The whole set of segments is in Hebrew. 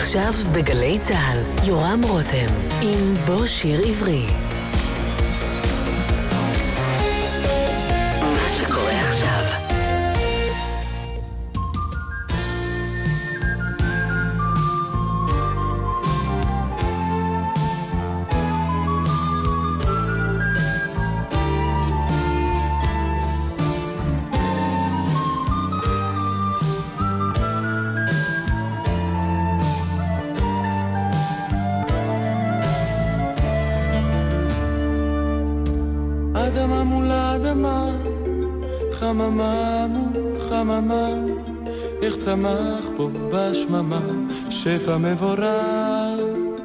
עכשיו בגלי צהל, יורם רותם, עם בו שיר עברי. מה שקורה עכשיו. אדמה מול אדמה, חממה מול חממה, איך צמח פה בשממה שפע מבורר.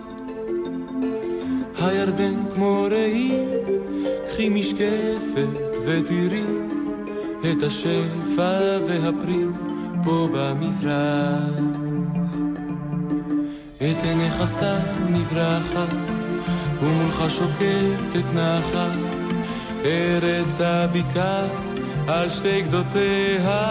הירדן כמו ראי, קחי משקפת ותראי את השפע והפרים פה במזרח. את עיניך שם מזרחה ומולך שוקטת נחל, ארץ הבקעה על שתי גדותיה.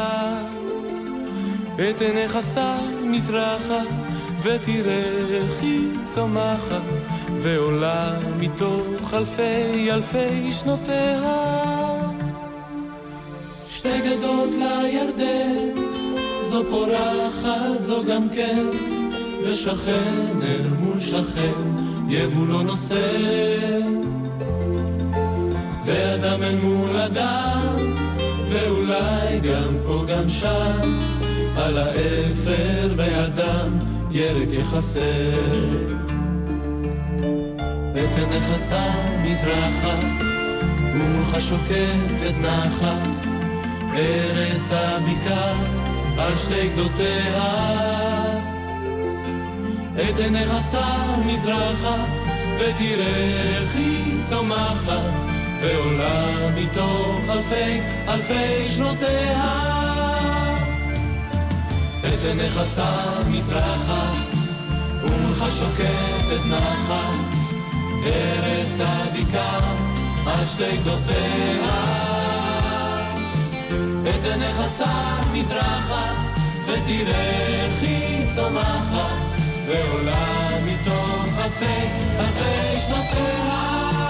את עיניך שם מזרחה ותראה איך היא צומחת ועולה מתוך אלפי אלפי שנותיה. שתי גדות לירדן, זו פורחת זו גם כן, ושכן אל מול שכן יבול לא נושא, ואדם אל מול אדם, ואולי גם פה גם שם, על האפר ואדם ירק יחסר. את עיניך שם מזרחה ומולך שוקטת נחל, ארץ הבקעה על שתי גדותיה. את עיניך שם מזרחה ותראה איך היא צומחת ועולה מתוך אלפי אלפי שנותיה. את עיניך שם מזרחה ומולך שוקטת נחל, ארץ הבקעה על שתי גדותיה. את עיניך שם מזרחה ותראה איך היא צומחת ועולה מתוך אלפי אלפי שנותיה.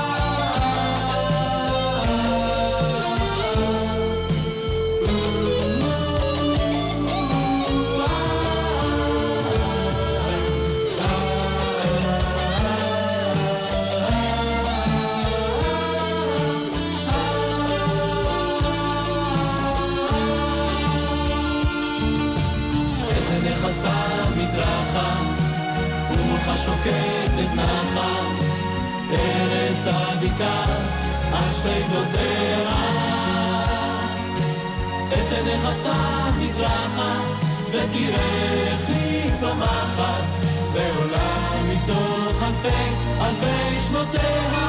שוקטת נחל, ארץ הבקעה על שתי גדותיה. את עיניך שם מזרחה ותראה איך היא צומחת ועולה מתוך אלפי אלפי שנותיה.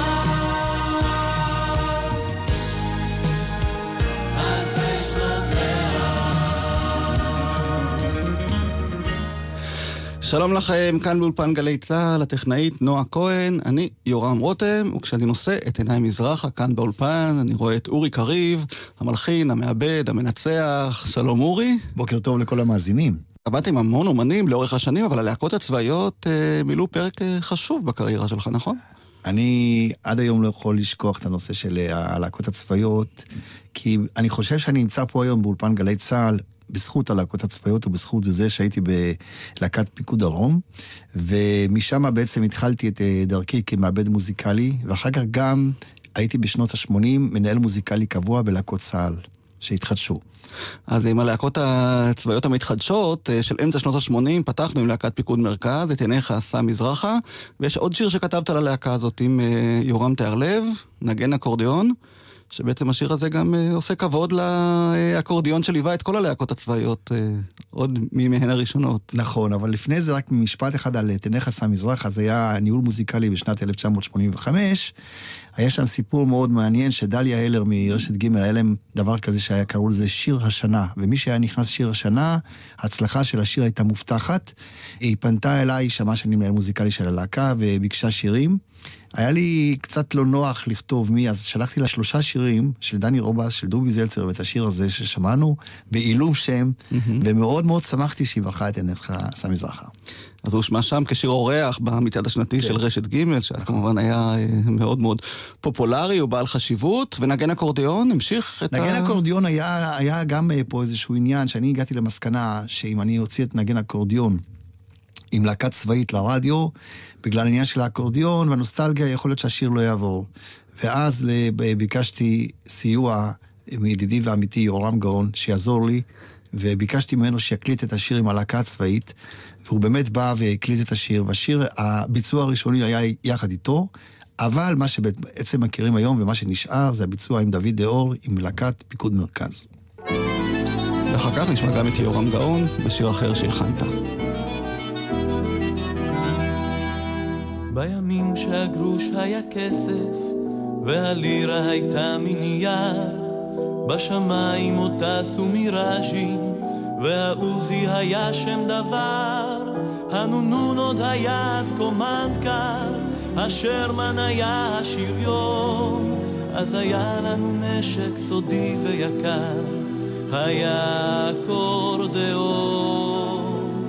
אלפי שנותיה. שלום לכם, כאן באולפן גלי צהל, הטכנאית נועה כהן, אני יורם רותם, וכשאני נושא את עיניי מזרחה כאן באולפן, אני רואה את אורי קריב, המלחין, המעבד, המנצח. שלום אורי. בוקר טוב לכל המאזינים. עבדת עם המון אומנים לאורך השנים, אבל הלהקות הצבאיות מילאו פרק חשוב בקריירה שלך, נכון? אני עד היום לא יכול לשכוח את הנושא של הלהקות הצבאיות, כי אני חושב שאני נמצא פה היום באולפן גלי צהל, בזכות הלהקות הצבאיות ובזכות זה שהייתי בלהקת פיקוד דרום, ומשם בעצם התחלתי את דרכי כמעבד מוזיקלי, ואחר כך גם הייתי בשנות ה-80 מנהל מוזיקלי קבוע בלהקות צהל שהתחדשו. אז עם הלהקות הצבאיות המתחדשות של אמצע שנות ה-80 פתחנו עם להקת פיקוד מרכז, את עיניך שם מזרחה, ויש עוד שיר שכתבת על הלהקה הזאת עם יורם תיארלב, נגן אקורדיון, שבעצם השיר הזה גם עושה כבוד לאקורדיון שליווה את כל הלהקות הצבאיות, עוד ממהן הראשונות. נכון, אבל לפני זה רק משפט אחד על את עיניך שם מזרחה, זה היה ניהול מוזיקלי בשנת 1985, היה שם סיפור מאוד מעניין שדליה הלר מרשת ג' היה להם דבר כזה שהיה קראו לזה שיר השנה, ומי שהיה נכנס שיר השנה, ההצלחה של השיר הייתה מובטחת. היא פנתה אליי, שמעה שאני מנהל מוזיקלי של הלהקה וביקשה שירים. היה לי קצת לא נוח לכתוב מי, אז שלחתי לה 3 שירים של דני רובס, של דובי זלצר, ואת השיר הזה ששמענו בעילום שם, ומאוד מאוד שמחתי שהיא בחרה את עיניך שם מזרחה. אז הוא שמע שם כשיר אורח במצעד השנתי של רשת ג' שאז כמובן היה מאוד מאוד פופולרי ובעל חשיבות, ונגן אקורדיון המשיך את נגן אקורדיון היה גם פה איזשהו עניין, שאני הגעתי למסקנה שאם אני אוציא את נגן אקורדיון עם להקה צבאית לרדיו, בגלל העניין של האקורדיון והנוסטלגיה, יכול להיות שהשיר לא יעבור. ואז ביקשתי סיוע מידידי ואמיתי יורם גאון, שיעזור לי, וביקשתי ממנו שיקליט את השיר עם הלהקה הצבאית, והוא באמת בא והקליט את השיר, והשיר, הביצוע הראשוני היה יחד איתו, אבל מה שבעצם מכירים היום ומה שנשאר, זה הביצוע עם דוד דאור, עם להקת פיקוד מרכז. ואחר כך נשמע גם את יורם גאון בשיר אחר שהלחנת. בימים שהגרוש היה כסף והלירה הייתה מנייר, בשמיים עוד טסו מיראז'ים והעוזי היה שם דבר, הנונון עוד היה אז קומנדקר, השרמן היה השריון, אז היה לנו נשק סודי ויקר, היה אקורדיאון.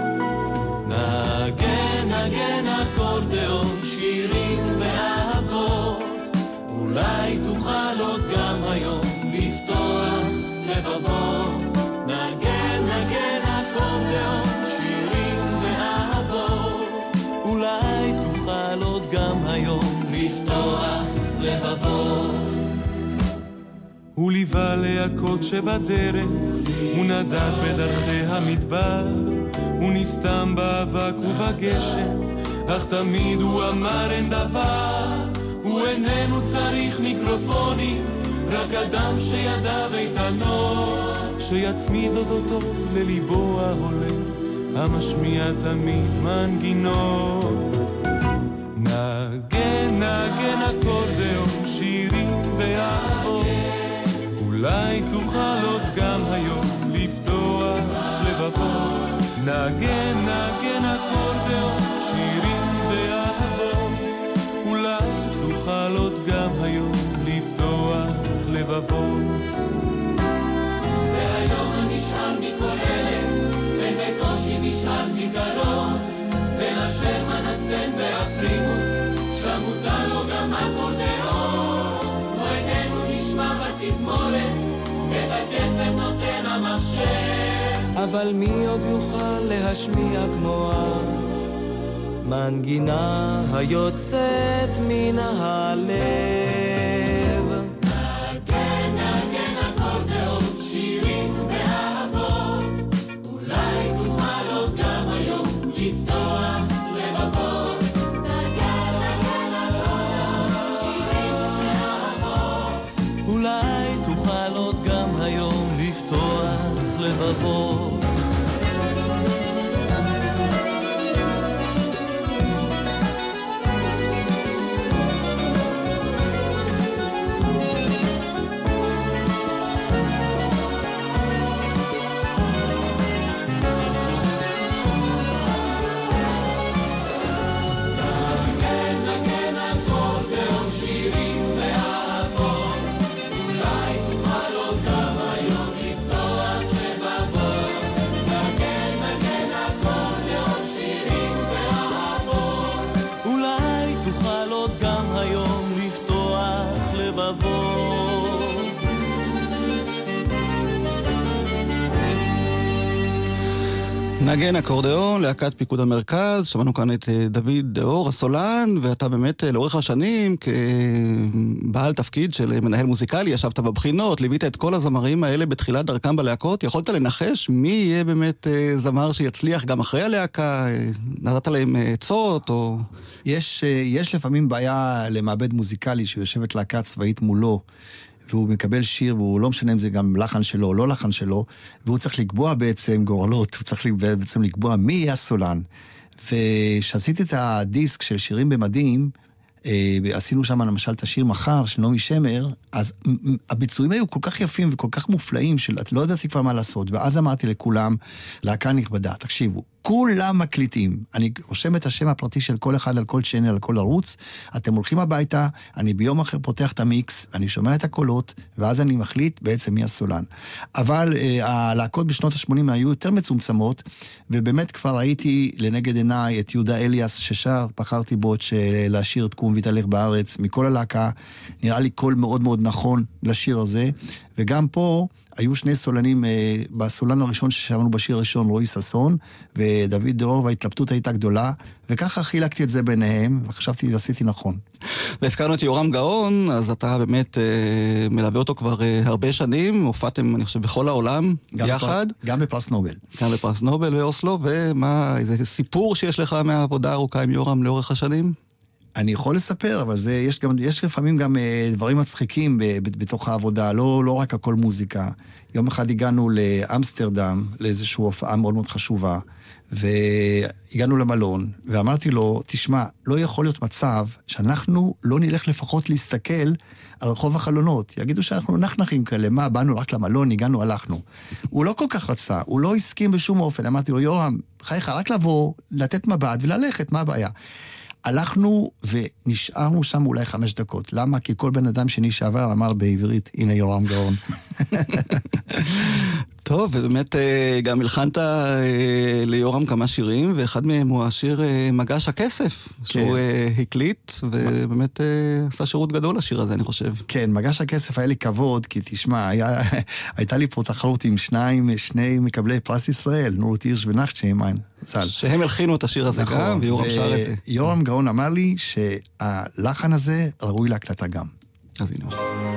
נגן נגן אקורדיאון שירים ואהבות, אולי תוכל עוד גם היום לפתוח לבבות. נגן נגן אקורדיאון שירים ואהבות, אולי תוכל עוד גם היום לפתוח לבבות. הוא ליווה להקות שבדרך, הוא נדד בדרכי המדבר, הוא נסתם באבק ובגשם, אך תמיד הוא אמר אין דבר. הוא איננו צריך מיקרופונים, רק אדם שידיו איתנות, שיצמיד אותו לליבו ההולם, המשמיע תמיד מנגינות. נגן נגן אקורדיאון שירים ואהבות, אולי תוכל עוד גם היום לפתוח לבבות. נגן נגן אקורדיאון שירים ואהבות, אולי תוכל עוד גם היום לפתוח לבבות. והיום נשאר מכל אלה, ובקושי נשאר זיכרון, בין השרמן הסטן והפרימוס, שם מותר לו גם אקורדיאון. הוא איננו נשמע בתזמורת, את הקצב נותן המחשב, אבל מי עוד יוכל להשמיע כמו אז, מנגינה היוצאת מן הלב. נגן נגן אקורדיאון שירים ואהבות, אולי תוכל עוד גם היום לפתוח לבבות. נגן נגן אקורדיאון שירים ואהבות, אולי תוכל עוד גם היום לפתוח לבבות. נגן אקורדיאון, להקת פיקוד המרכז, שמענו כאן את דוד דאור הסולן, ואתה באמת לאורך השנים כבעל תפקיד של מנהל מוזיקלי, ישבת בבחינות, ליווית את כל הזמרים האלה בתחילת דרכם בלהקות, יכולת לנחש מי יהיה באמת זמר שיצליח גם אחרי הלהקה, נתת להם עצות או... יש לפעמים בעיה למעבד מוזיקלי שיושבת להקה צבאית מולו, והוא מקבל שיר, והוא לא משנה אם זה גם לחן שלו או לא לחן שלו, והוא צריך לקבוע בעצם גורלות, הוא צריך בעצם לקבוע מי יהיה הסולן. ושעשיתי את הדיסק של שירים במדים, עשינו שם למשל את השיר מחר של נעמי שמר, אז הביצועים היו כל כך יפים וכל כך מופלאים, שאת לא ידעתי כבר מה לעשות, ואז אמרתי לכולם, להקה נכבדה, תקשיבו, כולם מקליטים. אני רושם את השם הפרטי של כל אחד על כל צ'אנל, על כל ערוץ, אתם הולכים הביתה, אני ביום אחר פותח את המיקס, אני שומע את הקולות, ואז אני מחליט בעצם מי הסולן. אבל הלהקות בשנות ה-80 היו יותר מצומצמות, ובאמת כבר ראיתי לנגד עיניי את יהודה אליאס ששר, בחרתי בו לשיר תקום והתהלך בארץ, מכל הלהקה, נראה לי קול מאוד מאוד נכון לשיר הזה, וגם פה היו שני סולנים, בסולן הראשון ששמענו בשיר הראשון, רועי ססון ודוד דאור, וההתלבטות הייתה גדולה, וככה חילקתי את זה ביניהם, וחשבתי ועשיתי נכון. והזכרנו את יורם גאון, אז אתה באמת מלווה אותו כבר הרבה שנים, הופעתם, אני חושב, בכל העולם, יחד. גם בפרס נובל. גם בפרס נובל ואוסלו, ומה, איזה סיפור שיש לך מהעבודה ארוכה עם יורם לאורך השנים? אני יכול לספר, אבל יש לפעמים גם דברים מצחיקים בתוך העבודה, לא רק הכל מוזיקה. יום אחד הגענו לאמסטרדם, לאיזושהי הופעה מאוד מאוד חשובה, והגענו למלון, ואמרתי לו, תשמע, לא יכול להיות מצב שאנחנו לא נלך לפחות להסתכל על רחוב החלונות. יגידו שאנחנו נחנחים כאלה, מה, באנו רק למלון, הגענו, הלכנו. הוא לא כל כך רצה, הוא לא הסכים בשום אופן. אמרתי לו, יורם, חייך, רק לבוא, לתת מבט וללכת, מה הבעיה? הלכנו ונשארנו שם אולי 5 דקות. למה? כי כל בן אדם שני שעבר אמר בעברית, הנה יורם גאון. טוב, ובאמת גם הלחנת ליורם כמה שירים, ואחד מהם הוא השיר מגש הכסף, שהוא הקליט, ובאמת עשה שירות גדול לשיר הזה, אני חושב. כן, מגש הכסף היה לי כבוד, כי תשמע, הייתה לי פה תחרות עם שני מקבלי פרס ישראל, נורות הירש ונחצ'יימן. שהם הלחינו את השיר הזה גם, ויורם שר את זה. יורם גאון אמר לי שהלחן הזה ראוי להקלטה גם. אז הנה.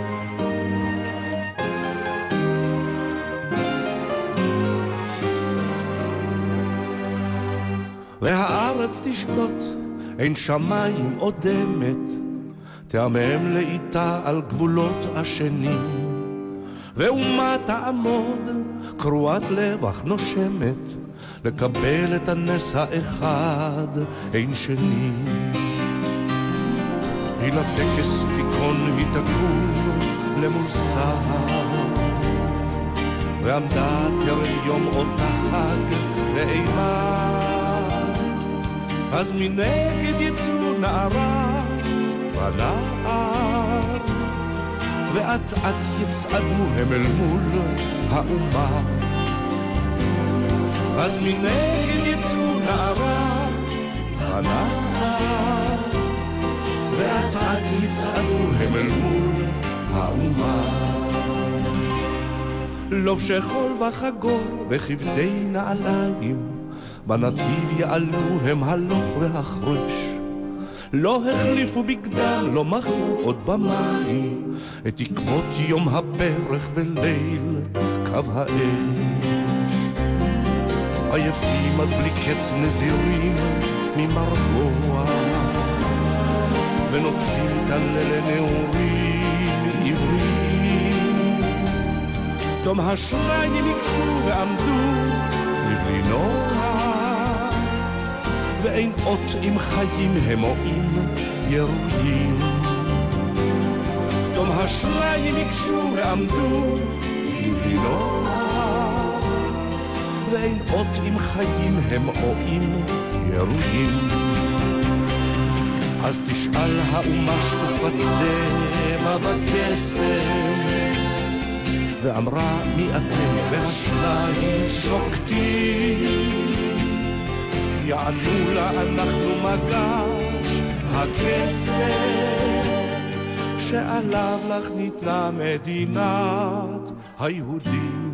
והארץ תשקוט, אין שמיים עוד דמת, תעמם לאיתה על גבולות השנים, ואומה תעמוד קרועת לב אך נושמת, לקבל את הנס האחד אין שני. היא לטקס תיקון היא תקום למול סהר, ועמדה תראה יום אותה חג ואימה, אז מנגד יצאו נערה ונער, ואת יצעדו הם אל מול האומה, אז מנגד יצאו נערה ונער, ואת יצעדו הם אל מול האומה. לובשי חול וחגור וכבדי נעליים, בנתיב יעלו הם הלוך והחרש, לא החליפו בגדם, לא מחו עוד במים, את תקוות יום הברך וליל קו האש. עייפים עד בלי קץ נזירים ממרגוע, ונוטפים תלל נעורים עברים, תום השריים יקשו ועמדו לבלי נוער, ואין אות עם חיים הם או עם ירודים, תום השריים יקשו ועמדו לבלי נוער, ואין אות עם חיים הם או עם ירודים. אז תשאל האומה שטופת דמע וקסם, ואמרה מי אתם והשניים שוקטים, יענו לה אנחנו מגש הכסף, שעליו לך ניתנה מדינת היהודים.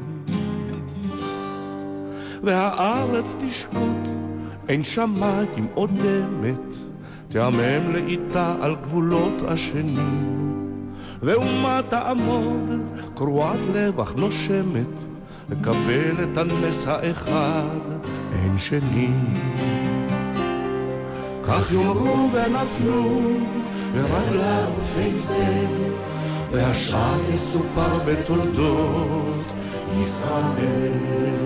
והארץ תשקוט, אין שמיים עוד דמת, תעמם לאיתה על גבולות השנים, ואומה תעמוד קרועת לב אך נושמת, לקבל את הנס האחד אין שני. כך יאמרו ונפלו לרגליו פייסל, והשאר יסופר בתולדות ישראל.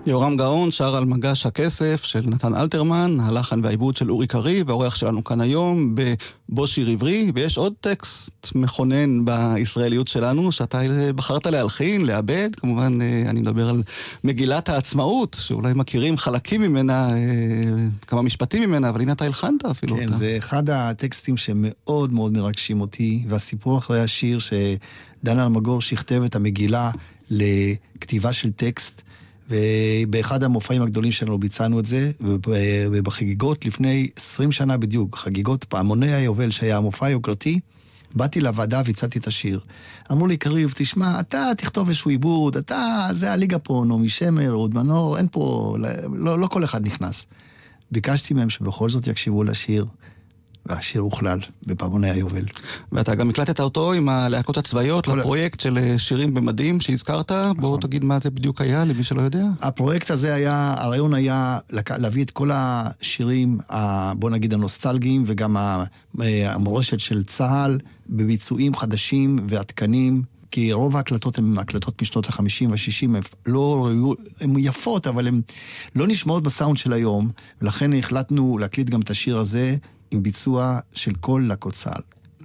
יורם גאון שר על מגש הכסף של נתן אלתרמן, הלחן והעיבוד של אורי קרי, והאורח שלנו כאן היום בבוא שיר עברי, ויש עוד טקסט מכונן בישראליות שלנו, שאתה בחרת להלחין, לעבד, כמובן אני מדבר על מגילת העצמאות, שאולי מכירים חלקים ממנה, כמה משפטים ממנה, אבל הנה אתה הלחנת אפילו כן, אותה. זה אחד הטקסטים שמאוד מאוד מרגשים אותי, והסיפור אחרי השיר שדנה אלמגור שכתב את המגילה לכתיבה של טקסט, ובאחד המופעים הגדולים שלנו ביצענו את זה, ובחגיגות לפני 20 שנה בדיוק, חגיגות פעמוני היובל שהיה המופע היוקרתי, באתי לוועדה והצעתי את השיר. אמרו לי, קריב, תשמע, אתה תכתוב איזשהו עיבוד, אתה, זה הליגה פה, נעמי שמר, אהוד מנור, אין פה, לא כל אחד נכנס. ביקשתי מהם שבכל זאת יקשיבו לשיר, והשיר הוכלל בפעמוני היובל. ואתה גם הקלטת אותו עם הלהקות הצבאיות לפרויקט של שירים במדים שהזכרת. בואו תגיד מה זה בדיוק היה, למי שלא יודע. הפרויקט הזה היה, הרעיון היה להביא את כל השירים, בוא נגיד הנוסטלגיים, וגם המורשת של צה"ל, בביצועים חדשים ועדכנים, כי רוב ההקלטות הן הקלטות משנות ה-50 וה-60, הן יפות, אבל הן לא נשמעות בסאונד של היום, ולכן החלטנו להקליט גם את השיר הזה, עם ביצוע של כל להקות צה"ל.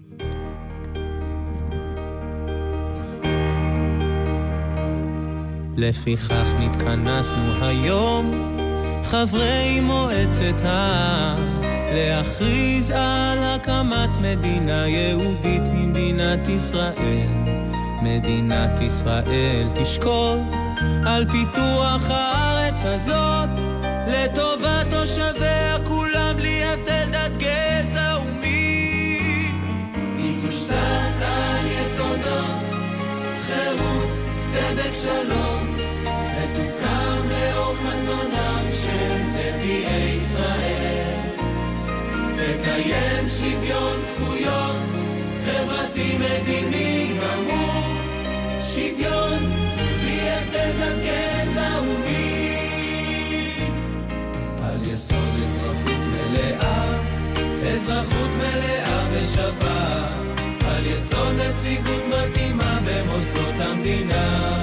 לפיכך נתכנסנו היום, חברי מועצת העם, להכריז על הקמת מדינה יהודית ממדינת ישראל. מדינת ישראל תשקוד על פיתוח הארץ הזאת, לטובת תושביה כולם בלי הבדל דת גזע ומין. היא תושתת על יסודות חירות, צדק, שלום, ותוקם לאור חזונם של נביאי ישראל. תקיים שוויון זכויות חברתי מדיני גמור, שוויון בלי הבדל דת גזע ומין. על יסוד אזרחות מלאה, אזרחות מלאה ושווה, על יסוד נציגות מתאימה במוסדות המדינה.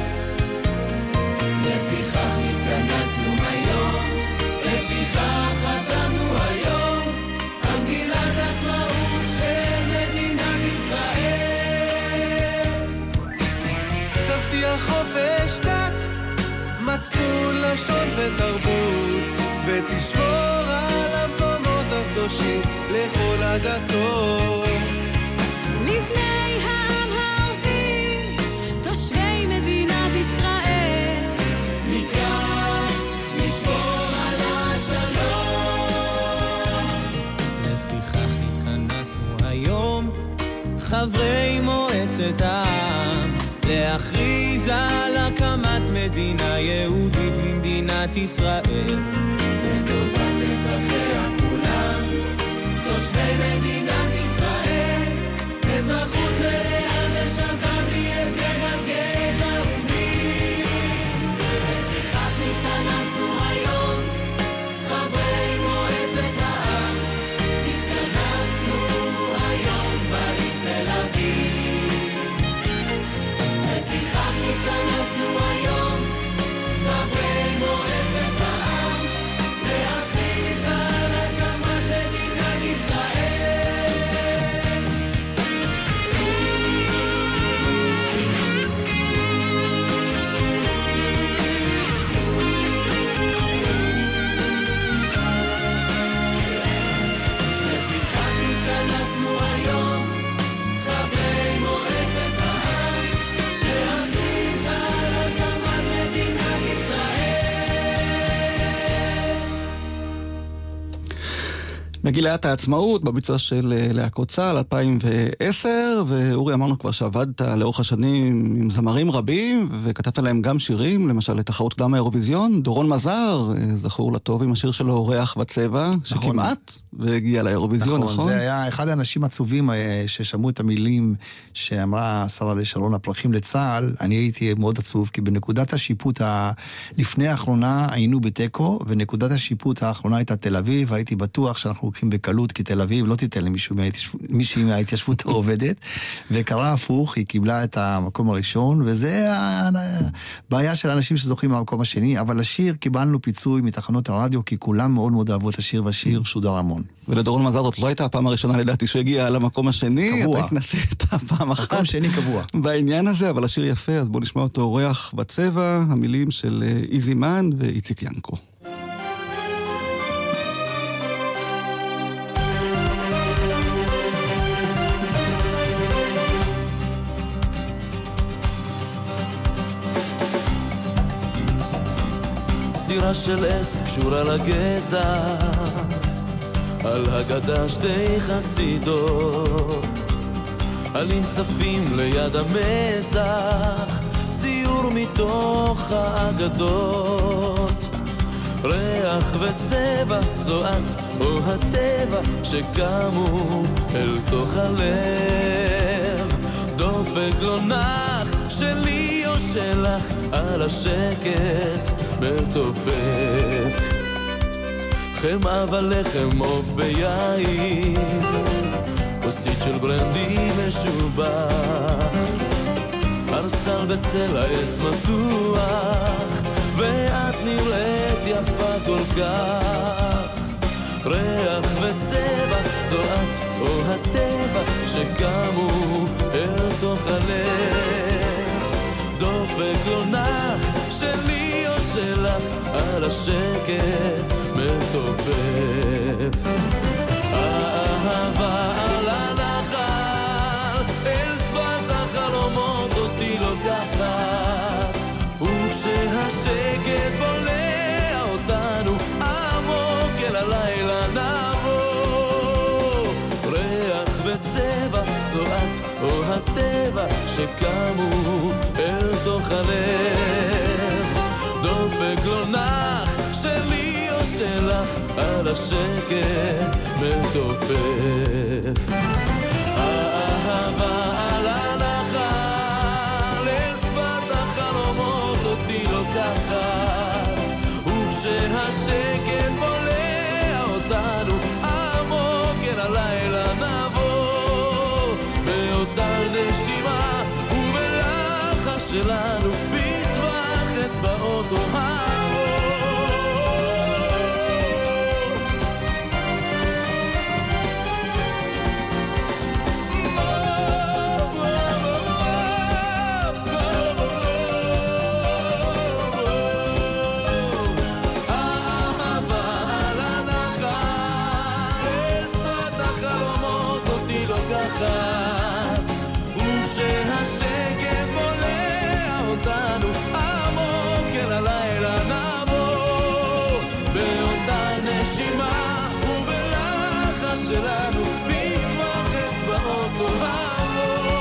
לפיכך התכנסנו היום, לפיכך חתמנו היום, המגילת עצמאות של מדינת ישראל. תבטיח חופש דת, מצפון, לשון ותרבות, ותשמור על המקומות הקדושים לכל הדתות. לבני העם הערבי, תושבי מדינת ישראל, נקרא לשמור על השלום. לפיכך התכנסנו היום, חברי מועצת העם, להכריז על הקמת מדינה יהודית במדינת ישראל. לטובת אזרחיה כולם, תושבי מדינת ישראל, אזרחות מלאה ושווה בלי הבדל דת גזע ומין. לפיכך התכנסנו היום, חברי מועצת העם, התכנסנו היום בעיר תל אביב. לפיכך התכנסנו היום, חברי מועצת העם, להכריז על הקמת מדינת ישראל. לפיכך התכנסנו היום, חברי מועצת העם, להכריז על הקמת מדינת ישראל. מגילת העצמאות בביצוע של להקות צה"ל 2010, ואורי אמרנו כבר שעבדת לאורך השנים עם זמרים רבים, וכתבת להם גם שירים, למשל לתחרות קדם האירוויזיון. דורון מזר זכור לטוב עם השיר שלו אורח בצבע, שכמעט והגיע לאירוויזיון, נכון? זה היה אחד האנשים עצובים ששמעו את המילים שאמרה שרה לשרון הפרחים לצה"ל. אני הייתי מאוד עצוב, כי בנקודת השיפוט לפני האחרונה היינו בטקו, ונקודת השיפוט האחרונה הייתה תל אביב, והייתי בטוח שאנחנו לוקחים בקלות, כי תל אביב לא תיתן למישהי מההתיישבות העובדת, וקרה הפוך, היא קיבלה את המקום הראשון, וזה הבעיה של האנשים שזוכים מהמקום השני, אבל השיר קיבלנו פיצוי מתחנות הרדיו, כי כולם מאוד מאוד אהבו את השיר, והשיר שודר המון. ולדורון מזר זאת לא הייתה הפעם הראשונה לדעתי שהוא הגיע למקום השני, קבוע. אתה התנסית פעם אחת. מקום שני קבוע. בעניין הזה, אבל השיר יפה, אז בואו נשמע אותו ריח בצבע, המילים של איזי מן ואיציק ינקו. סירה של עץ קשורה לגזע, על הגדה שתי חסידות, עלים צפים ליד המזח, ציור מתוך האגדות, ריח וצבע זו את או הטבע שקמו אל תוך הלב, דופק לא נח שלי או שלך על השקט מתופף, חמאה ולחם עוף ביין, כוסית של ברנדי משובח, ארסל בצל העץ מתוח, ואת נראית יפה כל כך, ריח וצבע זו את או הטבע שקמו אל תוך הלב, דופק לא נח שלי או שלך על השקט מתופף, האהבה על הנחל אל שפת החלומות אותי לוקחת, וכשהשקט בולע אותנו עמוק אל הלילה נבוא, ריח וצבע זו את או הטבע שקמו אל תוך הלב, דופק לא נח שלי או שלך על השקט מתופף, האהבה על הנחל אל שפת החלומות אותי לוקחת, וכשהשקט בולע אותנו עמוק אל הלילה נבוא, באותה נשימה ובלחש שלנו בסבך אצבעות אוהב, וכשהשקט בולע אותנו עמוק אל הלילה נבוא, באותה נשימה ובלחש שלנו בסמך אצבעות אוהבו.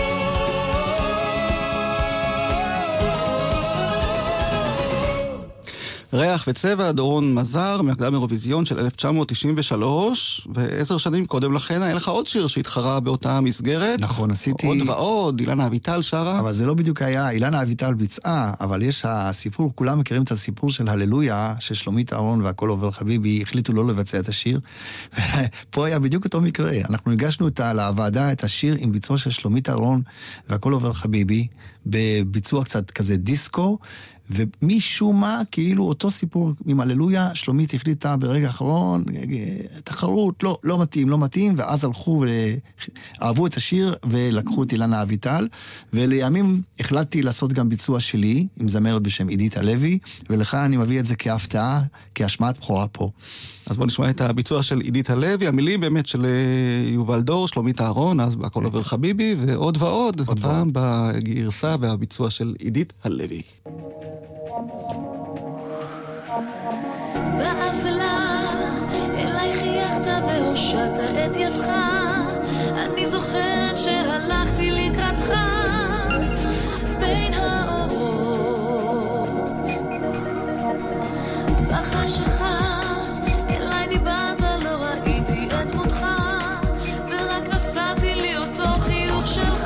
ריח וצבע, דורון מזר, מהקדם אירוויזיון של 1993, ו10 שנים קודם לכן היה לך עוד שיר שהתחרה באותה מסגרת. נכון, עשיתי... עוד ועוד, אילנה אביטל שרה. אבל זה לא בדיוק היה, אילנה אביטל ביצעה, אבל יש הסיפור, כולם מכירים את הסיפור של הללויה, ששלומית אהרון והכל עובר חביבי החליטו לא לבצע את השיר. פה היה בדיוק אותו מקרה. אנחנו הגשנו לוועדה את השיר עם ביצוע של שלומית אהרון והכל עובר חביבי, בביצוע קצת כזה דיסקו, ומשום מה, כאילו אותו סיפור עם הללויה, שלומית החליטה ברגע האחרון, תחרות, לא מתאים, ואז הלכו ואהבו את השיר, ולקחו את אילנה אביטל, ולימים החלטתי לעשות גם ביצוע שלי, עם זמרת בשם עידית הלוי, ולך אני מביא את זה כהפתעה, כהשמעת בחורה פה. אז בוא נשמע את הביצוע של עידית הלוי, המילים באמת של יובל דור, שלומית אהרון, אז בהכל עובר חביבי, ועוד ועוד, פעם בגרסה והביצוע של עידית הלוי. באפלה אליי חייכת והושעת את ידך, אני זוכרת שהלכתי לקראתך בין האורות בחשיכה, אליי דיברת לא ראיתי את דמותך, ורק נסעתי לי אותו חיוך שלך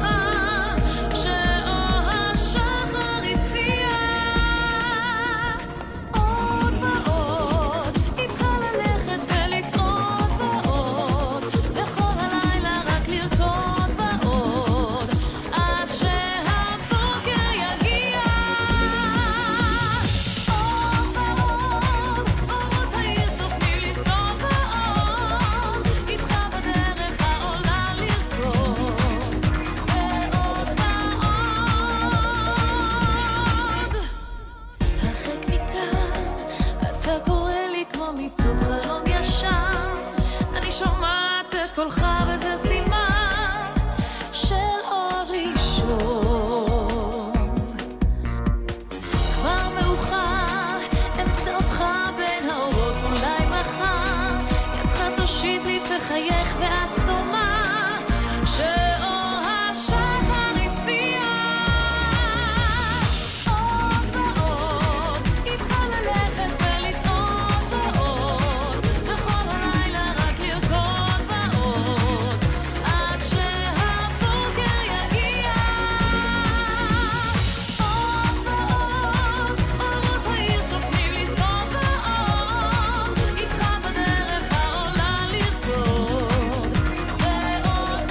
עוד ועוד, איתך ללכת ולצעוד ועוד לחייך ואז תאמר שאור השחר הפציע עוד ועוד איתך ללכת ולצעוד ועוד וכל הלילה רק לרקוד ועוד עד שהבוקר יגיע עוד ועוד אורות העיר צופנים לסעוד ועוד איתך בדרך העולה לרקוד ועוד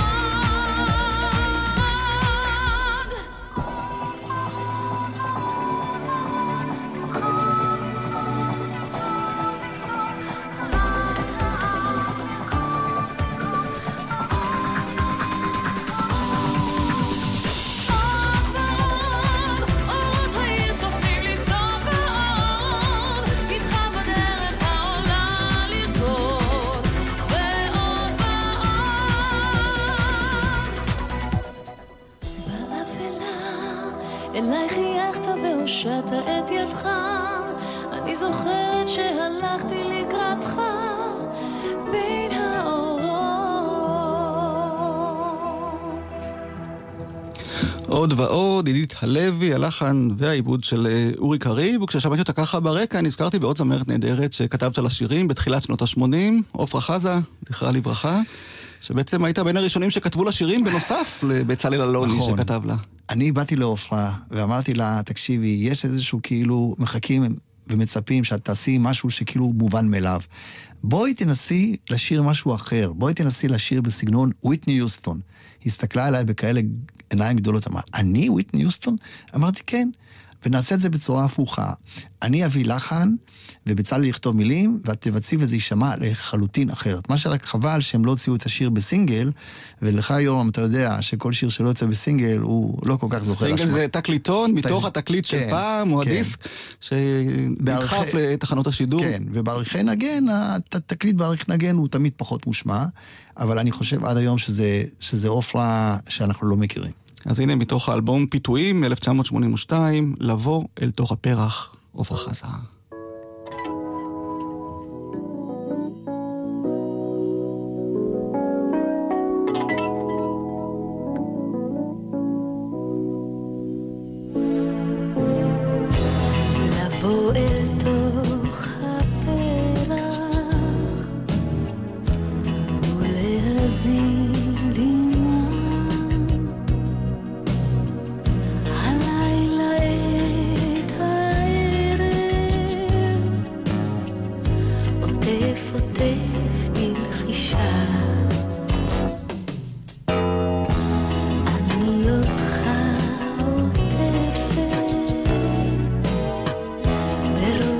אורות העיר צופנים לסעוד ועוד איתך בדרך העולה לרקוד ועוד באפלה אליי חייכת והושעת את ידך אני זוכרת שהלכתי לקראתך בין האורות עוד ועוד, עידית הלוי, הלחן והעיבוד של אורי קריב, וכששמעתי אותה ככה ברקע, נזכרתי בעוד זמרת נהדרת שכתבת על השירים בתחילת שנות ה-80, עפרה חזה, זכרה לברכה, שבעצם הייתה בין הראשונים שכתבו לה שירים בנוסף לבצלאל אלוני נכון. שכתב לה. אני באתי לעופרה ואמרתי לה, תקשיבי, יש איזשהו כאילו מחכים ומצפים שאת תעשי משהו שכאילו מובן מאליו. בואי תנסי לשיר משהו אחר, בואי תנסי לשיר בסגנון וויטני יוסטון. היא הסתכלה עליי בכאלה עיניים גדולות, אמרה, אני וויטני יוסטון? אמרתי, כן. ונעשה את זה בצורה הפוכה. אני אביא לחן, ובצלאל לכתוב מילים, ואת תבצעי וזה יישמע לחלוטין אחרת. מה שרק חבל שהם לא הוציאו את השיר בסינגל, ולך יורם, אתה יודע שכל שיר שלא יוצא בסינגל, הוא לא כל כך זוכר. סינגל זה תקליטון, מתוך התקליט של פעם, או הדיסק, שנדחף לתחנות השידור. כן, ובעריכי נגן, התקליט בעריך נגן הוא תמיד פחות מושמע, אבל אני חושב עד היום שזה עופרה שאנחנו לא מכירים. אז הנה מתוך האלבום פיתויים, 1982, לבוא אל תוך הפרח, עפרה חזה. לבוא אל תוך הפרח ולהזין דמעה הלילה את הערב עוטף עוטף בלחישה אני אותך עוטפת ברוח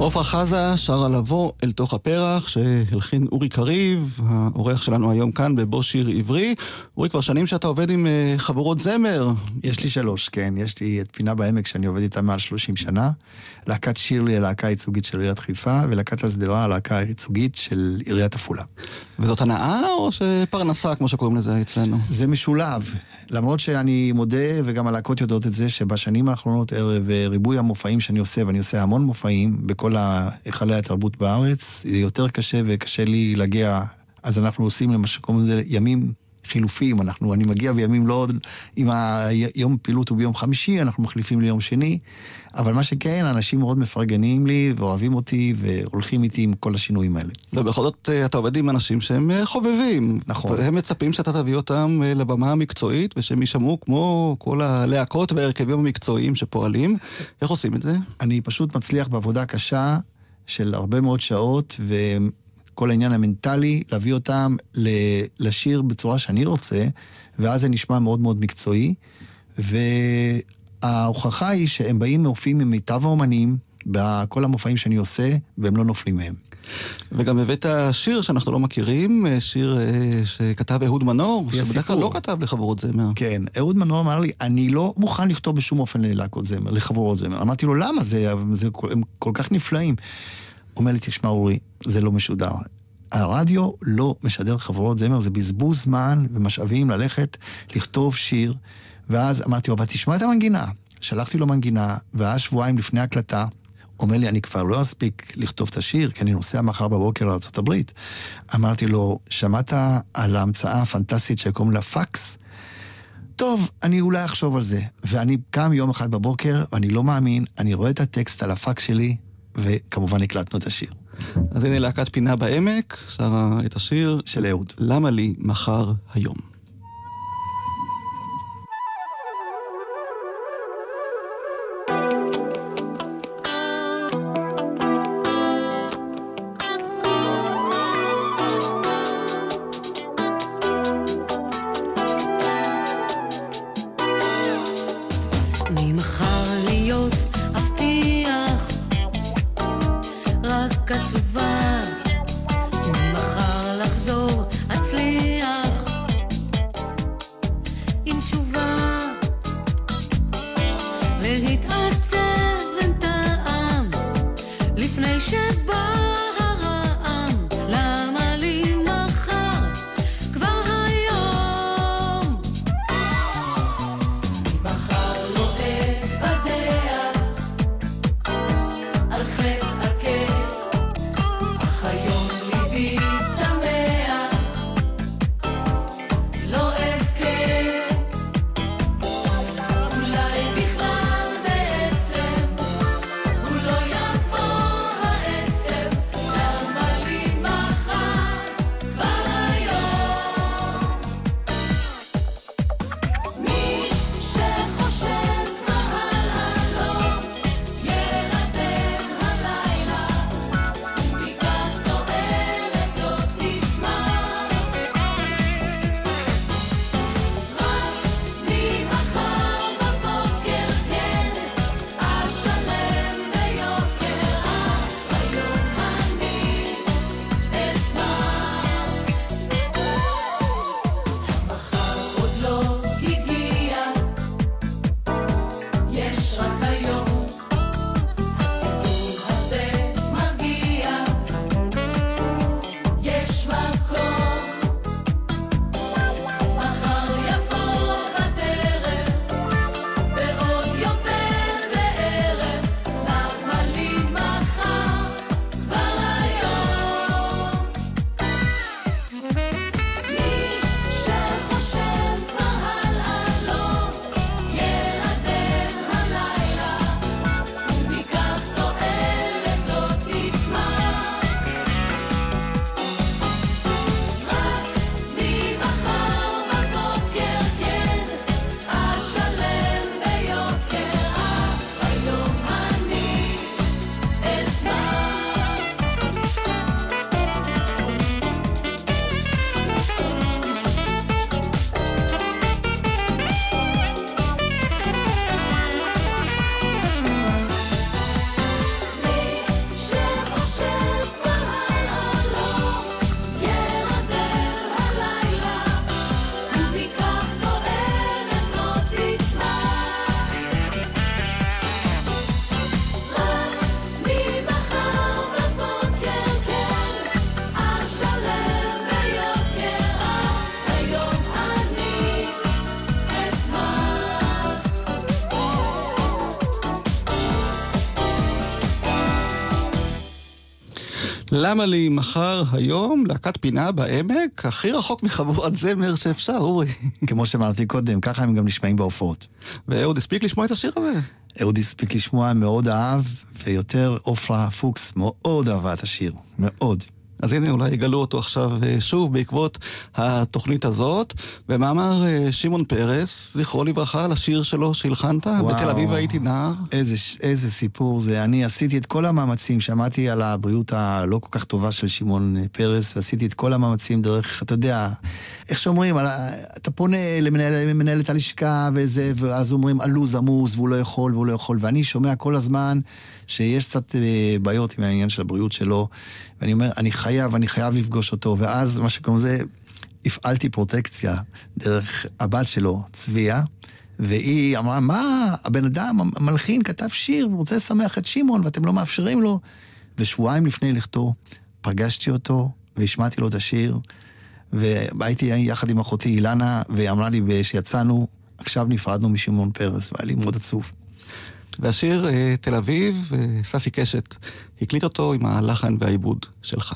עופרה חזה שרה לבוא אל תוך הפרח, שהלחין אורי קריב, העורך שלנו היום כאן בבוא שיר עברי. אורי, כבר שנים שאתה עובד עם חבורות זמר. יש לי 3, כן. יש לי את פינה בעמק שאני עובד איתה מעל 30 שנה. להקת שירלי, הלהקה הייצוגית של עיריית חיפה, ולהקת הסדרה, הלהקה הייצוגית של עיריית עפולה. וזאת הנאה או שפרנסה, כמו שקוראים לזה אצלנו? זה משולב. למרות שאני מודה, וגם הלהקות יודעות את זה, שבשנים האחרונות ערב ריבוי המופעים שאני עושה, ואני עושה המון מופעים בכל היכלי התרבות בארץ, זה יותר קשה וקשה לי להגיע, אז אנחנו עושים למה שקוראים לזה ימים חילופים, אני מגיע בימים לא, אם היום פעילות הוא ביום חמישי, אנחנו מחליפים ליום שני, אבל מה שכן, אנשים מאוד מפרגנים לי, ואוהבים אותי, והולכים איתי עם כל השינויים האלה. ובכל זאת, אתה עובד עם אנשים שהם חובבים. נכון. והם מצפים שאתה תביא אותם לבמה המקצועית, ושהם יישמעו כמו כל הלהקות והרכבים המקצועיים שפועלים. איך עושים את זה? אני פשוט מצליח בעבודה קשה של הרבה מאוד שעות, כל העניין המנטלי, להביא אותם לשיר בצורה שאני רוצה, ואז זה נשמע מאוד מאוד מקצועי, וההוכחה היא שהם באים מופיעים עם מיטב האומנים, בכל המופעים שאני עושה, והם לא נופלים מהם. וגם הבאת שיר שאנחנו לא מכירים, שיר שכתב אהוד מנור, שבדרך כלל לא כתב לחבורות זמר. כן, אהוד מנור אמר לי, אני לא מוכן לכתוב בשום אופן ללהקות זמר, לחברות זמר. אמרתי לו, למה? הם כל כך נפלאים. אומר לי, תשמע אורי, זה לא משודר. הרדיו לא משדר חברות זמר, זה בזבוז זמן ומשאבים ללכת לכתוב שיר, ואז אמרתי לו, אבל תשמע את המנגינה. שלחתי לו מנגינה, ואז שבועיים לפני הקלטה, אומר לי, אני כבר לא אספיק לכתוב את השיר, כי אני נוסע מחר בבוקר לארצות הברית. אמרתי לו, שמעת על ההמצאה הפנטסטית שקוראים לה פקס? טוב, אני אולי אחשוב על זה. ואני קם יום אחד בבוקר, ואני לא מאמין, אני רואה את הטקסט על הפקס שלי, וכמובן הקלטנו את השיר. אז הנה להקת פינה בעמק, שרה את השיר של אהוד. למה לי מחר היום. ממחר להיות אבטיח רק עצובה, ממחר לחזור אצליח עם תשובה, להתעצב אין טעם לפני שבא הרעם. למה לי מחר כבר היום? ממחר לא אתבדח על חטא עקב, אך היום ליבי שמח, לא אבכה, אולי בכלל בעצם למה לי מחר היום להקת פינה בעמק, הכי רחוק מחבורת זמר שאפשר, אורי. כמו שאמרתי קודם, ככה הם גם נשמעים בהופעות. ואהוד הספיק לשמוע את השיר הזה? אהוד הספיק לשמוע, מאוד אהב, ויותר עופרה פוקס מאוד אהבה את השיר, מאוד. אז הנה אולי יגלו אותו עכשיו שוב בעקבות התוכנית הזאת. במאמר שמעון פרס, זכרו לברכה, על השיר שלו שהלחנת, בתל אביב הייתי נער. איזה סיפור זה. אני עשיתי את כל המאמצים, שמעתי על הבריאות הלא כל כך טובה של שמעון פרס, ועשיתי את כל המאמצים דרך, אתה יודע, איך שאומרים, אתה פונה למנהלת הלשכה וזה, ואז אומרים, הלוז עמוס, והוא לא יכול, ואני שומע כל הזמן שיש קצת בעיות עם העניין של הבריאות שלו, ואני אומר, אני חייב לפגוש אותו, ואז מה שקוראים זה, הפעלתי פרוטקציה דרך הבת שלו, צביה, והיא אמרה, מה, הבן אדם, המלחין, כתב שיר, הוא רוצה לשמח את שמעון, ואתם לא מאפשרים לו. ושבועיים לפני לכתו, פגשתי אותו, והשמעתי לו את השיר, והייתי יחד עם אחותי אילנה, והיא אמרה לי שיצאנו, עכשיו נפרדנו משמעון פרס, והיה לי מאוד עצוב. והשיר תל אביב, ססי קשת, הקליט אותו עם הלחן והעיבוד שלך.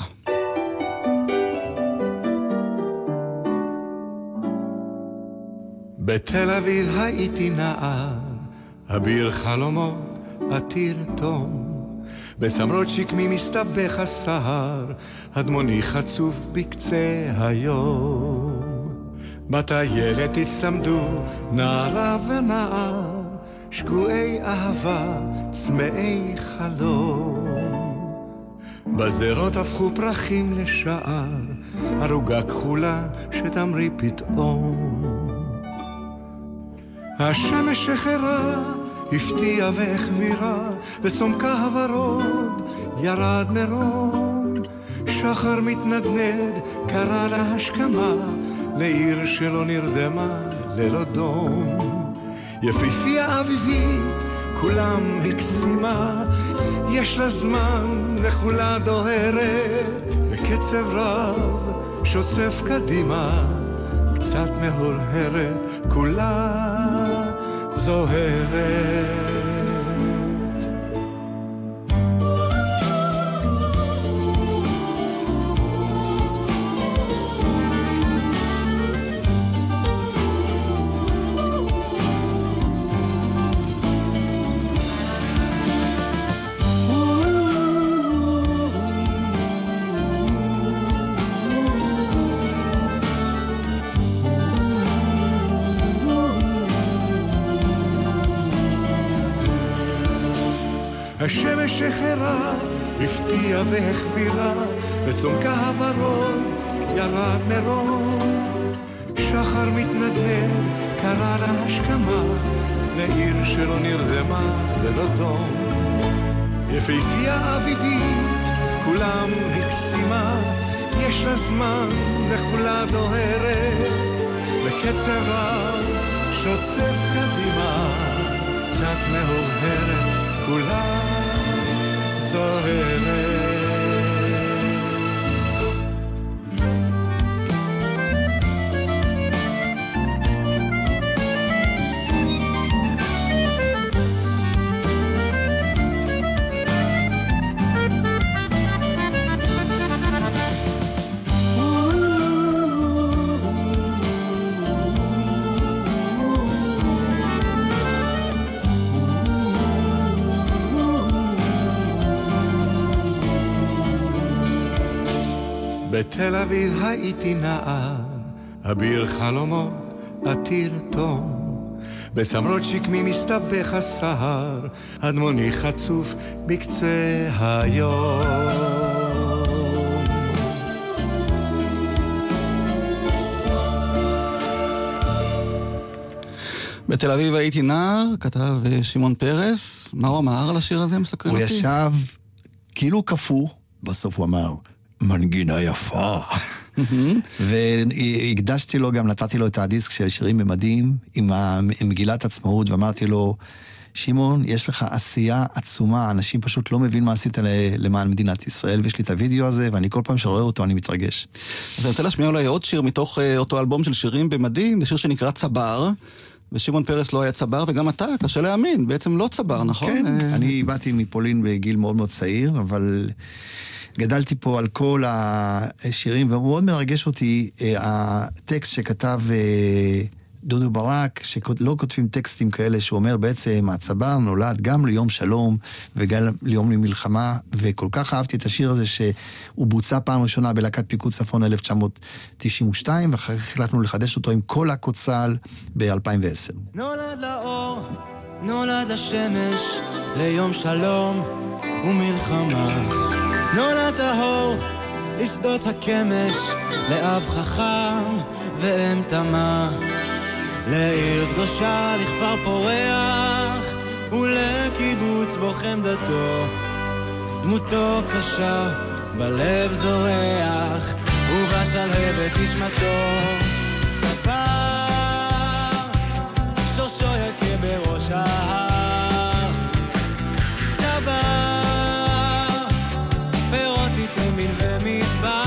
בתל אביב הייתי נער, אביר חלומות עתיר תום, בצמרות שקמי מסתבך הסהר, אדמוני חצוף בקצה היום. בטיילת הצטמדו נערה ונער, שקועי אהבה, צמאי חלום. בזרות הפכו פרחים לשער, ערוגה כחולה שתמרי פתאום. השמש שחרה, הפתיעה והחבירה, וסומקה הוורוד, ירד מרום. שחר מתנדנד, קרא להשכמה, לעיר שלא נרדמה, ללא דום. יפיפיה אביבית, כולם הקסימה, יש לה זמן וכולה דוהרת, בקצב רב שוצף קדימה, קצת מהורהרת, כולה זוהרת. השמש שחרה, הפתיעה והחבירה, וסומקה הוורוד, ירד מרום. שחר מתנדנד, קרא להשכמה, לעיר שלא נרדמה, ללא דום. יפיפיה אביבית, כולם הקסימה, יש לה זמן וכולה דוהרת, בקצב רב שוצף קדימה, קצת מהורהרת, כולה זוהרת. בתל אביב הייתי נער, אביר חלומות עתיר תום, בצמרות שקמי מסתבך הסהר, אדמוני חצוף בקצה היום. בתל אביב הייתי נער, כתב שמעון פרס. מה הוא אמר על השיר הזה? מסקרן אותי. הוא ישב כאילו קפוא, בסוף הוא אמר, מנגינה יפה. והקדשתי לו, גם נתתי לו את הדיסק של שירים במדים, עם מגילת עצמאות, ואמרתי לו, שמעון, יש לך עשייה עצומה, אנשים פשוט לא מבין מה עשית למען מדינת ישראל, ויש לי את הוידאו הזה, ואני כל פעם שרואה אותו, אני מתרגש. אז אני רוצה להשמיע אולי עוד שיר מתוך אותו אלבום של שירים במדים, זה שיר שנקרא צבר, ושמעון פרס לא היה צבר, וגם אתה, קשה להאמין, בעצם לא צבר, נכון? כן, אני באתי מפולין בגיל מאוד מאוד צעיר, אבל גדלתי פה על כל השירים, ומאוד מרגש אותי הטקסט שכתב דודו ברק, שלא כותבים טקסטים כאלה, שהוא אומר בעצם, הצבר נולד גם ליום שלום וגם ליום למלחמה, וכל כך אהבתי את השיר הזה שהוא בוצע פעם ראשונה בלהקת פיקוד צפון 1992, ואחר כך החלטנו לחדש אותו עם כל הקוצל ב-2010. נולד לאור, נולד לשמש, ליום שלום ומלחמה. נולד טהור, לשדות הקמש, לאב חכם ואם תמה. לעיר קדושה, לכפר פורח, ולקיבוץ בו חמדתו. דמותו קשה, בלב זורח, ובשלהבת נשמתו. צפר, שורשו יקה בראש ההר. צבר, פירות ייתן בין ומדבר.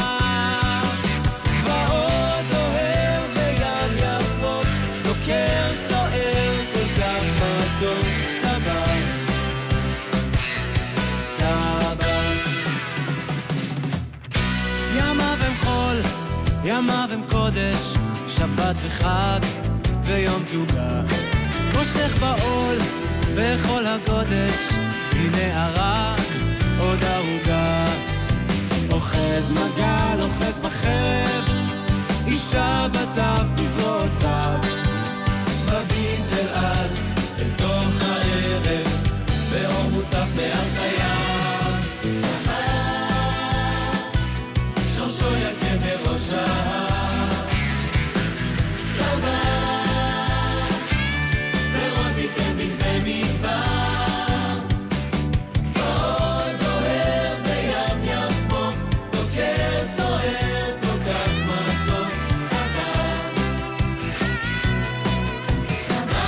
ימיו הם קודש, שבת וחג ויום תוגה. מושך בעול בכל הגודש, הנה הרג עוד הרוגה. אוחז מגל, אוחז בחרב, אישה וטף בזרועותיו. מביט אל על, אל תוך הערב, ואור מוצף מעל חייו. שורשו יקה בראש ההר. צבא, פירות ייתן בין ומדבר. ועוד אוהב וים יפו, דוקר סוער כל כך מתוק. צבא, צבא.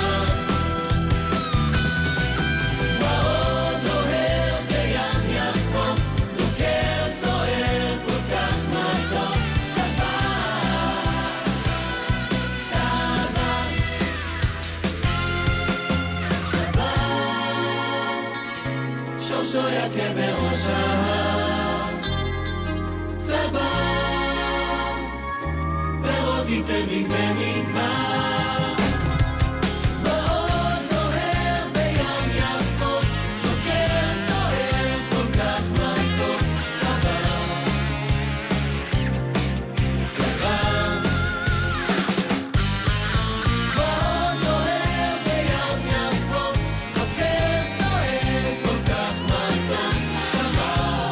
ועוד אוהב וים יפו, דוקר סוער כל כך מתוק. צבא, צבא, צבא. שורשו יקה בראש ההר. צבא, פירות ייתן בין ומדבר. ועוד אוהב וים יפו, דוקר סוער כל כך מתוק. צבא, צבא. ועוד אוהב וים יפו, דוקר סוער כל כך מתוק. צבא,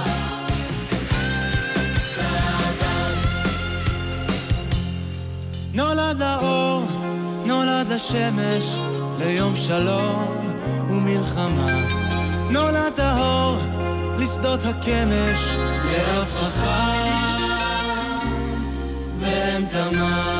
צבא. נולד לאור, נולד לשמש, ליום שלום ומלחמה. נולד טהור, לשדות הקמש, לאב חכם ואם תמה.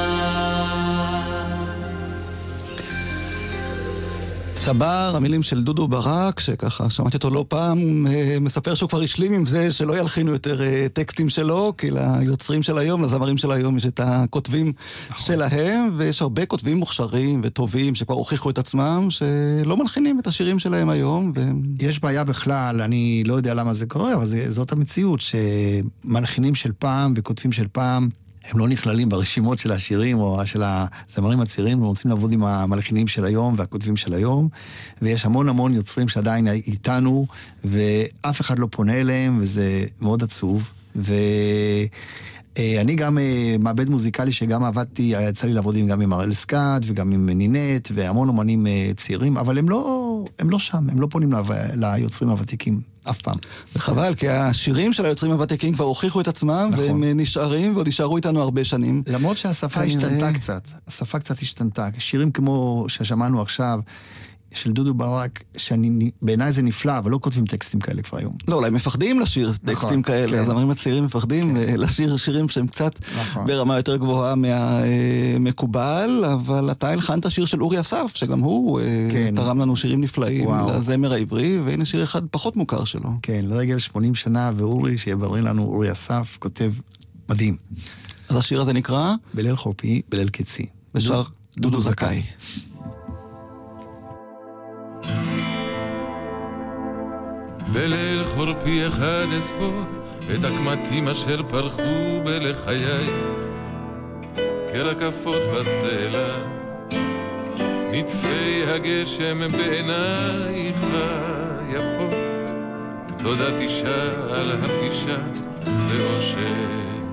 צבר, המילים של דודו ברק, שככה שמעתי אותו לא פעם, מספר שהוא כבר השלים עם זה שלא ילחינו יותר טקסטים שלו, כי ליוצרים של היום, לזמרים של היום, יש את הכותבים שלהם, ויש הרבה כותבים מוכשרים וטובים שכבר הוכיחו את עצמם, שלא מלחינים את השירים שלהם היום. יש בעיה בכלל, אני לא יודע למה זה קורה, אבל זאת המציאות, שמלחינים של פעם וכותבים של פעם, הם לא נכללים ברשימות של השירים או של הזמרים הצעירים, הם רוצים לעבוד עם המלחינים של היום והכותבים של היום, ויש המון המון יוצרים שעדיין איתנו, ואף אחד לא פונה אליהם, וזה מאוד עצוב. ואני גם מעבד מוזיקלי שגם עבדתי, יצא לי לעבוד גם עם הראל סקאט וגם עם נינט, והמון אומנים צעירים, אבל הם לא שם, הם לא פונים ליוצרים הוותיקים. אף פעם. וחבל, כי השירים של היוצרים הוותיקים כבר הוכיחו את עצמם, נכון. והם נשארים ועוד נשארו איתנו הרבה שנים. למרות שהשפה השתנתה קצת. השפה קצת השתנתה. שירים כמו ששמענו עכשיו, של דודו ברק, שבעיניי זה נפלא, אבל לא כותבים טקסטים כאלה כבר היום. לא, אולי מפחדים לשיר טקסטים כאלה. הזמרים הצעירים מפחדים לשיר שירים שהם קצת ברמה יותר גבוהה מהמקובל, אבל אתה הלחנת שיר של אורי אסף, שגם הוא תרם לנו שירים נפלאים לזמר העברי, והנה שיר אחד פחות מוכר שלו. כן, לרגל 80 שנה, ואורי, שיבררי לנו, אורי אסף, כותב מדהים. אז השיר הזה נקרא? בליל חורפי, בליל קצי. ושר דודו זכאי. בליל חורפי אחד אספור את הקמטים אשר פרחו בלחיי כרקפות בסלע נטפי הגשם בעינייך יפות תודה תשעה על הפגישה ואושר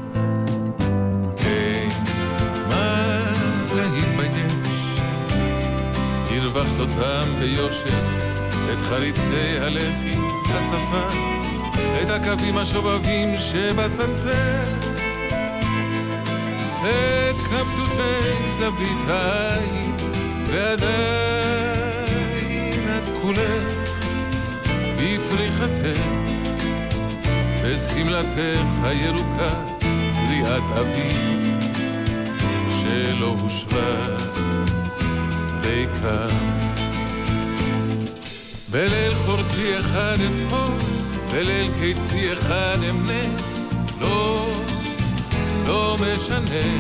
אין מה להתבייש הרווחת אותם ביושר את חריצי הלחי השפה את הקווים השובבים שבסנטר את כבדותי זווית העין ועדיין את כולך בפריחתך בשמלתך הירוקה קריאת אביב שלא הושבה ריקה בליל חורפי אחד אספור בליל קיצי אחד אמנה לא משנה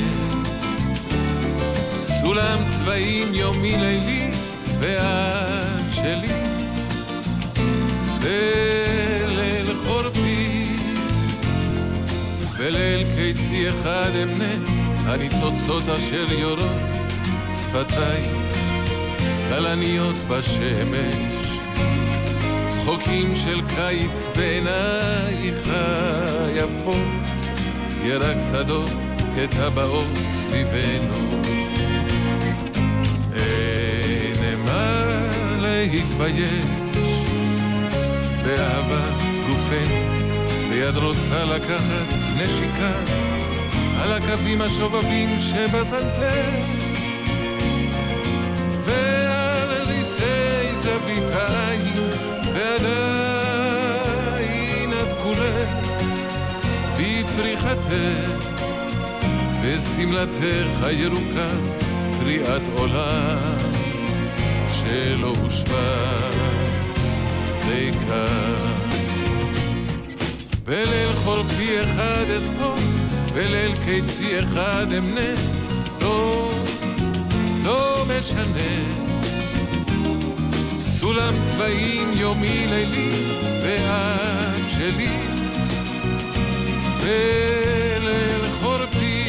סולם צבעים יומי לילי ועד שלי בליל חורפי בליל קיצי אחד אמנה הניצוצות אשר יורות שפתייך כלניות בשמש צחוקים של קיץ בעינייך יפות ירק שדות כטבעות סביבנו אין מה להתבייש באהבה גופנו ביד רוצה לקחת נשיקה על הקווים השובבים שבסנטר ועל ריסי זווית העין ועדיין את כולך בפריחתך בשמלתך הירוקה קריאת עולם שלא הושבה ריקה בליל חורפי אחד אספור בליל קיצי אחד אמנה לא משנה סולם צבעים יומי לילי ועד שלי בליל חורפי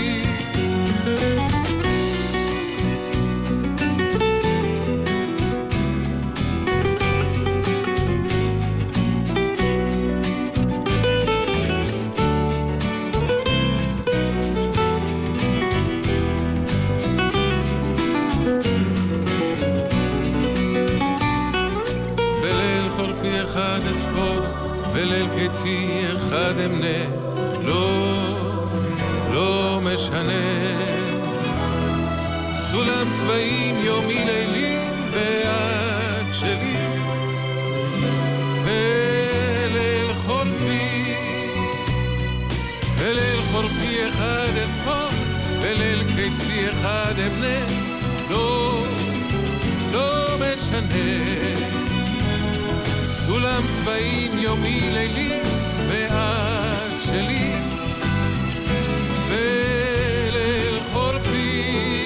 אחד אספור בליל קיצי אחד אמנה לא משנה סולם צבעים יומי לילי ועד שלי בליל חורפי אחד אספור בליל קיצי אחד אמנה לא משנה סולם צבעים יומי לילי ועד שלי בליל חורפי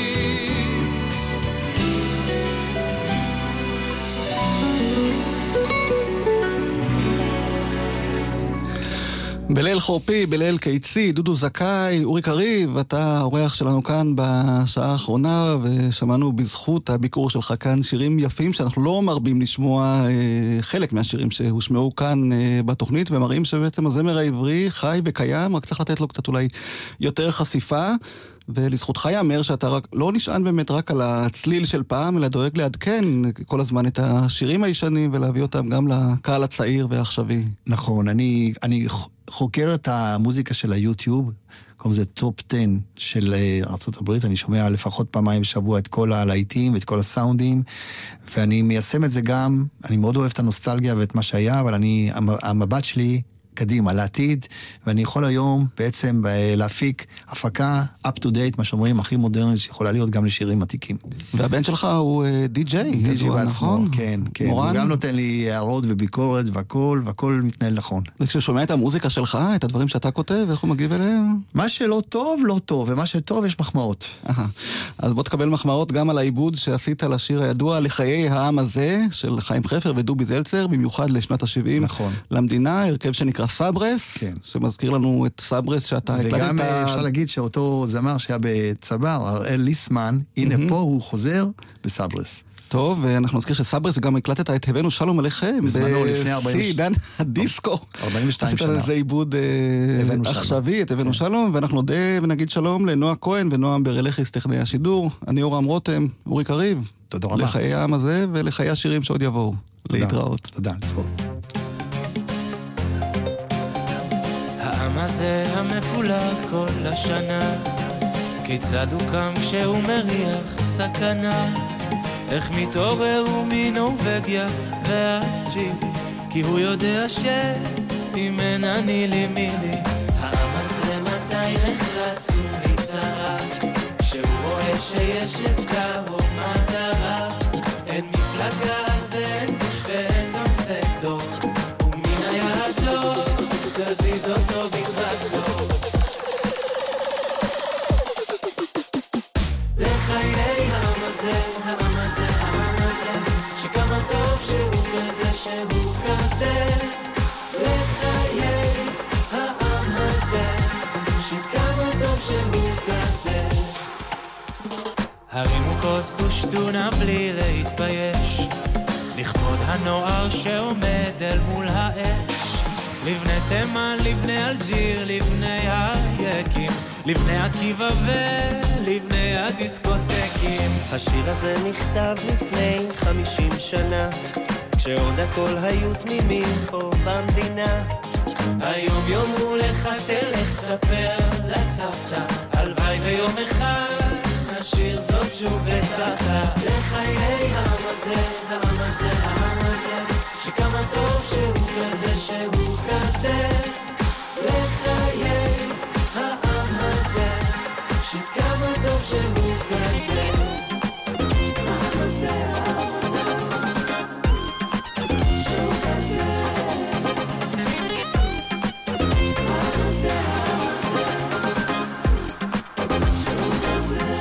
בליל חורפי, בליל קיצי, דודו זכאי, אורי קריב, אתה האורח שלנו כאן בשעה האחרונה, ושמענו בזכות הביקור שלך כאן שירים יפים שאנחנו לא מרבים לשמוע חלק מהשירים שהושמעו כאן בתוכנית, ומראים שבעצם הזמר העברי חי וקיים, רק צריך לתת לו קצת אולי יותר חשיפה, ולזכותך יאמר שאתה לא נשען באמת רק על הצליל של פעם, אלא דואג לעדכן כל הזמן את השירים הישנים, ולהביא אותם גם לקהל הצעיר והעכשווי. נכון, אני חוקר את המוזיקה של היוטיוב, קוראים לזה טופ 10 של ארצות הברית, אני שומע לפחות פעמיים בשבוע את כל הלהיטים ואת כל הסאונדים, ואני מיישם את זה גם, אני מאוד אוהב את הנוסטלגיה ואת מה שהיה, אבל המבט שלי קדימה, לעתיד, ואני יכול היום בעצם להפיק הפקה up to date, מה שאומרים, הכי מודרנית, שיכולה להיות גם לשירים עתיקים. והבן שלך הוא די-ג'יי, די-ג'יי בעצמו, נכון? כן, כן. מורן? הוא גם נותן לי הערות וביקורת והכל מתנהל נכון. וכששומע את המוזיקה שלך, את הדברים שאתה כותב, איך הוא מגיב אליהם? מה שלא טוב, לא טוב, ומה שטוב, יש מחמאות. אז בוא תקבל מחמאות גם על העיבוד שעשית לשיר הידוע לחיי העם הזה, של חיים חפר ודובי זלצר, במיוחד לשנת ה-70 נכון. למדינה, הרכב שנקרא סברס, כן. שמזכיר לנו את סברס שאתה הקלטת. וגם אפשר להגיד שאותו זמר שהיה בצבר, הראל ליסמן, הנה פה הוא חוזר בסברס. טוב, ואנחנו נזכיר שסברס גם הקלטת את הבאנו שלום עליכם. בזמנו לפני 40 הדיסקו. 42 שנה. עשית לזה עיבוד עכשווי, את הבאנו שלום, ואנחנו נודה ונגיד שלום לנועה כהן ונועם ברלכיס טכנאי השידור. אני יורם רותם, אורי קריב. תודה רבה. לחיי העם הזה ולחיי השירים שעוד יבואו. להתראות. תודה, לצפות. העם הזה המפולג כל השנה, כיצד הוא קם כשהוא מריח סכנה, איך מתעורר הוא מנורווגיה ועד צ'ילי, כי הוא יודע שאם אין אני לי מילי. העם הזה מתי נחלץ ומצרה, כשהוא רואה שיש אתגר או מטרה, אין מפלגה אז ואין גוש ואין גם סקטור, ומן היד לא תזיז אותו בטרקטור. לחיי העם הזה, העם הזה, העם הזה, שכמה טוב שהוא כזה, שהוא כזה. לחיי העם הזה, שכמה טוב שהוא כזה. הרימו כוס ושתונה בלי להתבייש, לכבוד הנוער שעומד אל מול האש, לבני תימן, לבני אלג'יר, לבני היקים, לבני עקיבא ולבני הדיסקוטקים. השיר הזה נכתב לפני 50 שנה, כשעוד הכל היו תמימים פה במדינה. היום יאמרו לך תלך תספר לסבתא, הלוואי ויום אחד נשאיר זאת שוב לסבתא. לחיי העם הזה, העם הזה, העם הזה, שכמה טוב שהוא כזה, שהוא כזה. לחיי העם הזה, שכמה טוב שהוא כזה. העם הזה, העם הזה, שהוא כזה. העם הזה, העם הזה, שהוא כזה.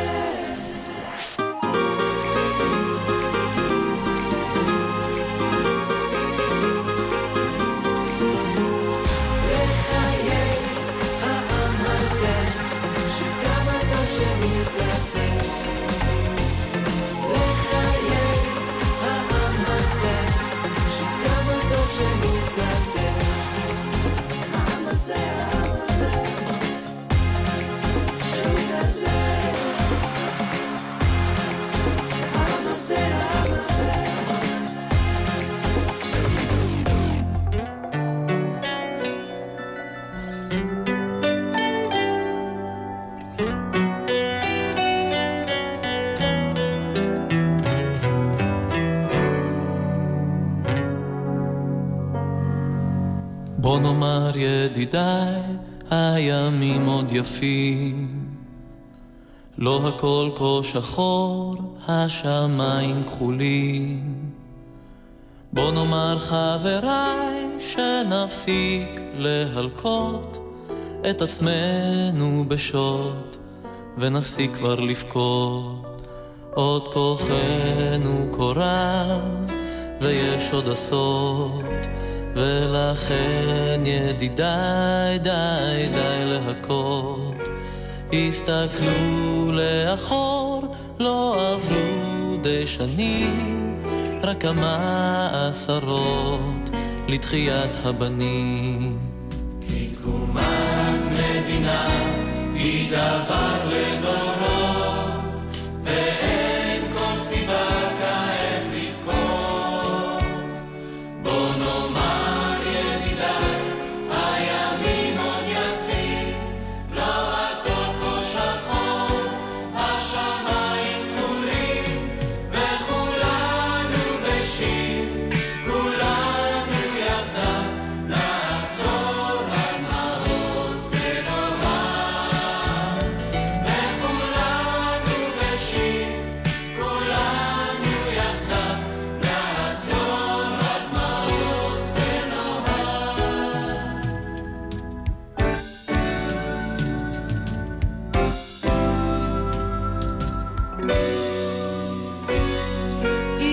בוא נאמר ידידיי, הימים עוד יפים, לא הכל כה שחור, השמיים כחולים. בוא נאמר חבריי, שנפסיק להלקות את עצמנו בשוט, ונפסיק כבר לבכות. עוד כוחנו קורב, ויש עוד עשות, ולכן ידידיי די די להכות. הסתכלו לאחור, לא עברו די שנים, רק כמה עשרות לתחיית הבנים. כי תקומת מדינה היא דבר לדורות, ואין כל סיבה כעת לבכות. בוא נאמר ידידיי, הימים עוד יפים, לא הכל כה שחור, השמיים כחולים, וכולנו בשיר, כולנו יחדיו נעצור הדמעות ונאמר, וכולנו בשיר, כולנו יחדיו נעצור הדמעות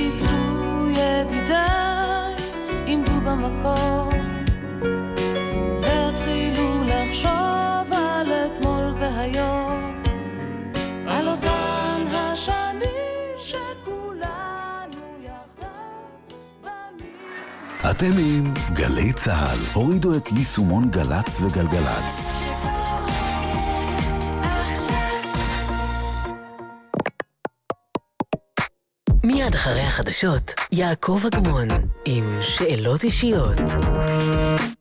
ייצרו ידידיי, עמדו במקום, אתם עם גלי צהל. הורידו את יישומון גלץ וגלגלץ. מיד אחרי החדשות, יעקב אגמון עם שאלות אישיות.